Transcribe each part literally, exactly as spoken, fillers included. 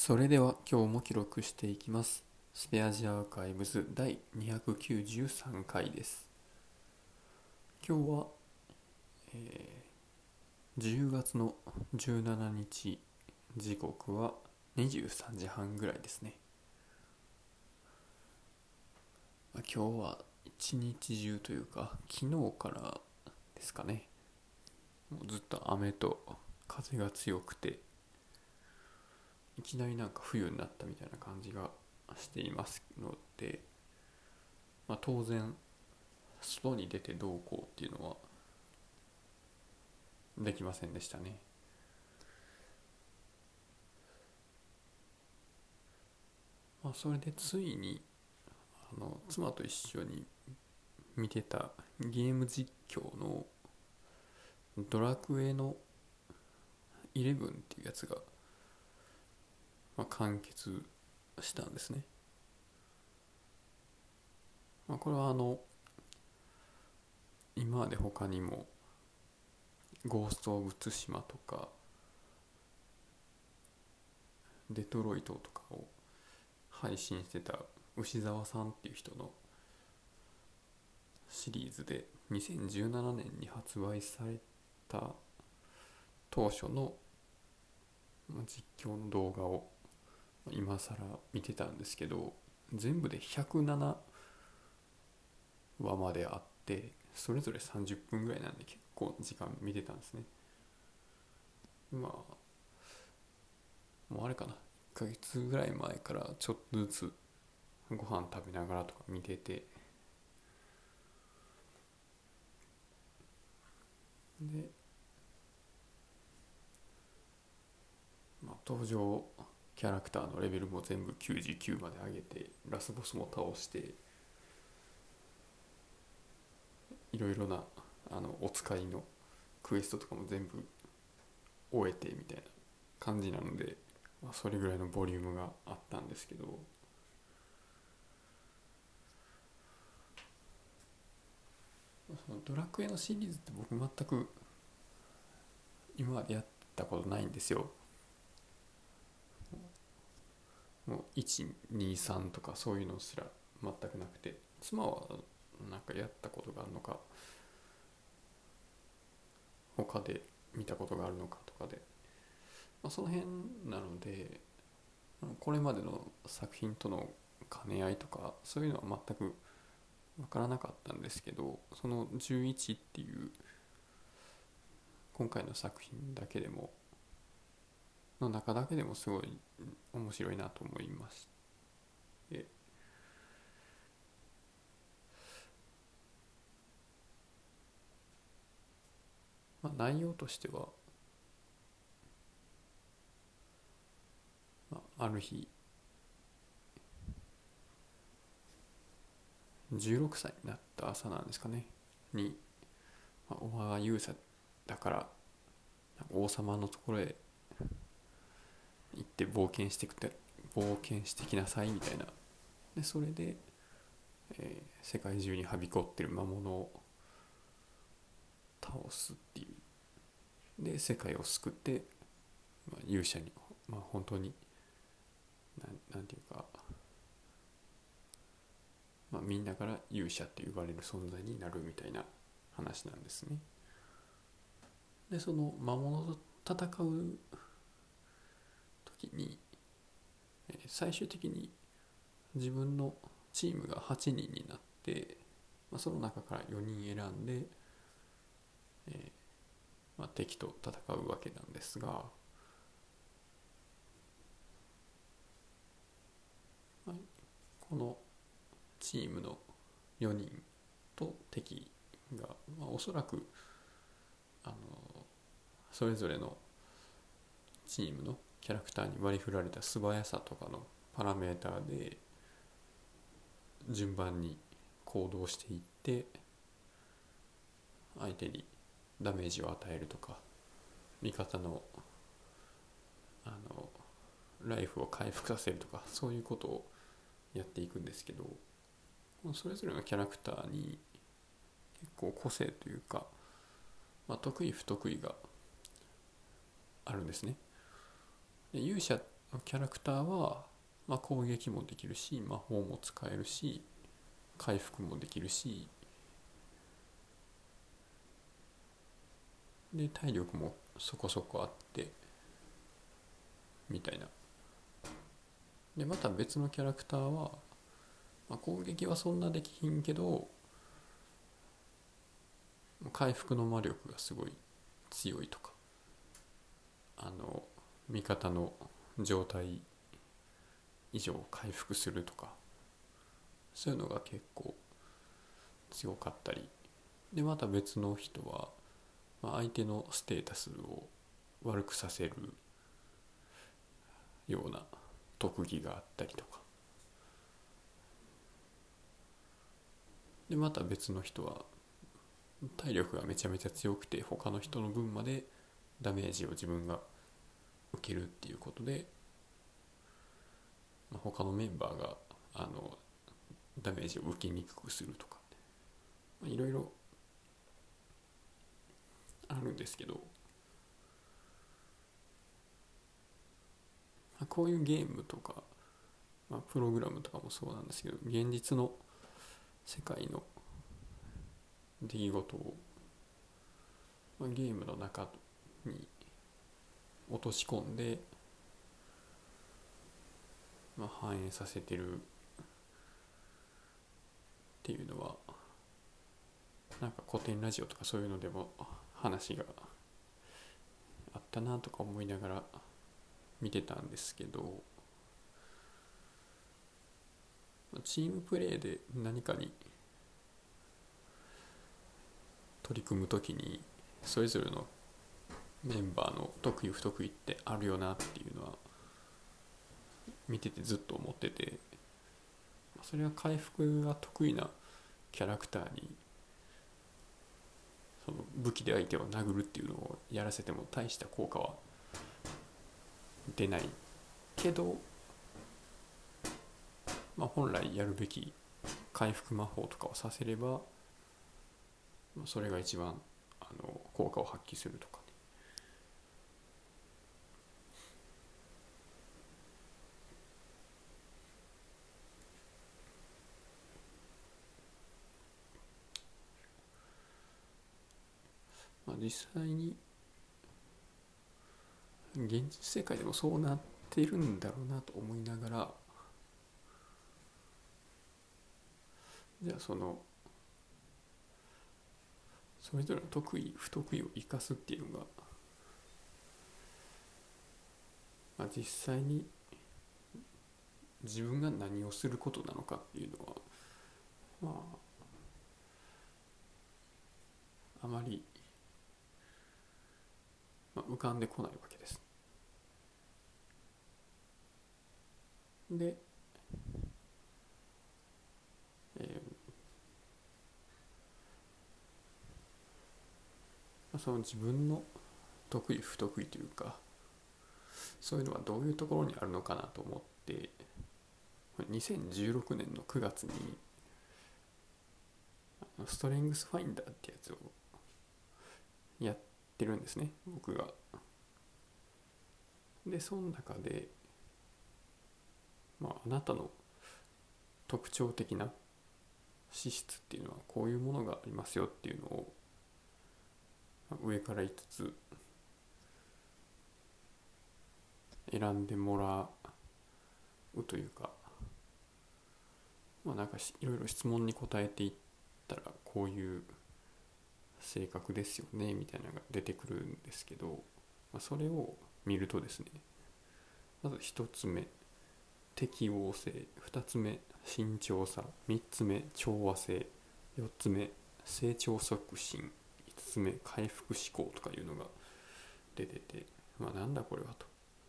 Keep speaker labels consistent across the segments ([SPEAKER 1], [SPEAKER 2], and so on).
[SPEAKER 1] それでは今日も記録していきます。スペアジアーカイブズだいにひゃくきゅうじゅうさんかいです。今日は、えー、じゅうがつのじゅうしちにち、時刻はにじゅうさんじはんぐらいですね。今日は一日中というか昨日からですかね、もうずっと雨と風が強くて、いきなりなんか冬になったみたいな感じがしていますので、まあ、当然外に出てどうこうっていうのはできませんでしたね。まあ、それでついにあの妻と一緒に見てたゲーム実況のドラクエのじゅういちっていうやつが、まあ、完結したんですね。まあ、これはあの今まで他にもゴースト・オブ・ツシマとかデトロイトとかを配信してた牛沢さんっていう人のシリーズで、にせんじゅうななねんに発売された当初の実況の動画を今更見てたんですけど、全部でひゃくななわまであって、それぞれさんじゅっぷんぐらいなんで結構時間見てたんですね。まあもうあれかな、いっかげつぐらい前からちょっとずつご飯食べながらとか見てて、で、まあ、登場キャラクターのレベルも全部きゅうじゅうきゅうまで上げて、ラスボスも倒して、いろいろなあのお使いのクエストとかも全部終えてみたいな感じなので、まあ、それぐらいのボリュームがあったんですけど、そのドラクエのシリーズって僕全く今までやったことないんですよ。もういち、に、さんとかそういうのすら全くなくて、妻はなんかやったことがあるのか他で見たことがあるのかとかで、まあ、その辺なのでこれまでの作品との兼ね合いとかそういうのは全く分からなかったんですけど、そのじゅういちっていう今回の作品だけでもの中だけでもすごい面白いなと思いまして、まあ、内容としては、まあ、ある日じゅうろくさいになった朝なんですかねに、まあ、お前は勇者だから王様のところへ行って冒険してくて冒険してきなさいみたいな。でそれで、えー世界中にはびこってる魔物を倒すっていう。で世界を救って、まあ、勇者に、まあ、本当になんなんていうか、まあ、みんなから勇者って呼ばれる存在になるみたいな話なんですね。でその魔物と戦う時に、えー最終的に自分のチームがはちにんになって、まあ、その中からよにん選んで、えーまあ、敵と戦うわけなんですが、まあ、このチームのよにんと敵が、まあ、おそらくあのそれぞれのチームのキャラクターに割り振られた素早さとかのパラメーターで順番に行動していって、相手にダメージを与えるとか、味方のあのライフを回復させるとか、そういうことをやっていくんですけど、それぞれのキャラクターに結構個性というか、まあ、得意不得意があるんですね。で勇者キャラクターは、まあ、攻撃もできるし魔法も使えるし回復もできるしで体力もそこそこあってみたいな。でまた別のキャラクターは、まあ、攻撃はそんなできひんけど回復の魔力がすごい強いとか、あの味方の状態以上回復するとか、そういうのが結構強かったりで、また別の人は、まあ、相手のステータスを悪くさせるような特技があったりとかで、また別の人は体力がめちゃめちゃ強くて他の人の分までダメージを自分が受けるっていうことで、まあ、他のメンバーがあのダメージを受けにくくするとか、いろいろあるんですけど、まあ、こういうゲームとか、まあ、プログラムとかもそうなんですけど、現実の世界の出来事を、まあ、ゲームの中に落とし込んで、まあ、反映させてるっていうのはなんか古典ラジオとかそういうのでも話があったなとか思いながら見てたんですけど、チームプレーで何かに取り組むときにそれぞれのメンバーの得意不得意ってあるよなっていうのは見ててずっと思ってて、それは回復が得意なキャラクターにその武器で相手を殴るっていうのをやらせても大した効果は出ないけど、まあ、本来やるべき回復魔法とかをさせればそれが一番あの効果を発揮するとかね。まあ、実際に現実世界でもそうなってるんだろうなと思いながら、じゃあそのそれぞれの得意不得意を生かすっていうのが、まあ、実際に自分が何をすることなのかっていうのはまああまり、まあ、浮かんでこないわけです。で、えー、その自分の得意不得意というかそういうのはどういうところにあるのかなと思ってにせんじゅうろくねんのくがつにストレングスファインダーってやつをやってるんですね、僕が。でその中で、まあ、あなたの特徴的な資質っていうのはこういうものがありますよっていうのを上からいつつ選んでもらうというか、まあなんかいろいろ質問に答えていったらこういう性格ですよねみたいなのが出てくるんですけど、まあ、それを見るとですね、まずひとつめ適応性、ふたつめ慎重さ、みっつめ調和性、よっつめ成長促進、いつつめ回復志向とかいうのが出てて、まあなんだこれはと。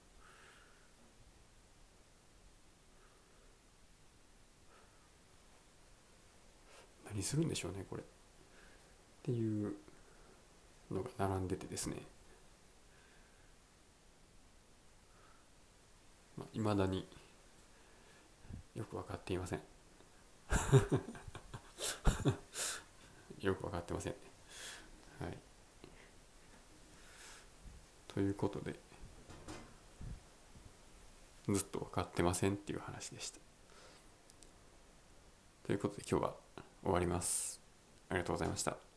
[SPEAKER 1] 何するんでしょうねこれっていうのが並んでてですね、まあ、未だによく分かっていませんよく分かってませんね。はい。ということで、 ずっと分かってませんっていう話でした。ということで今日は終わります。ありがとうございました。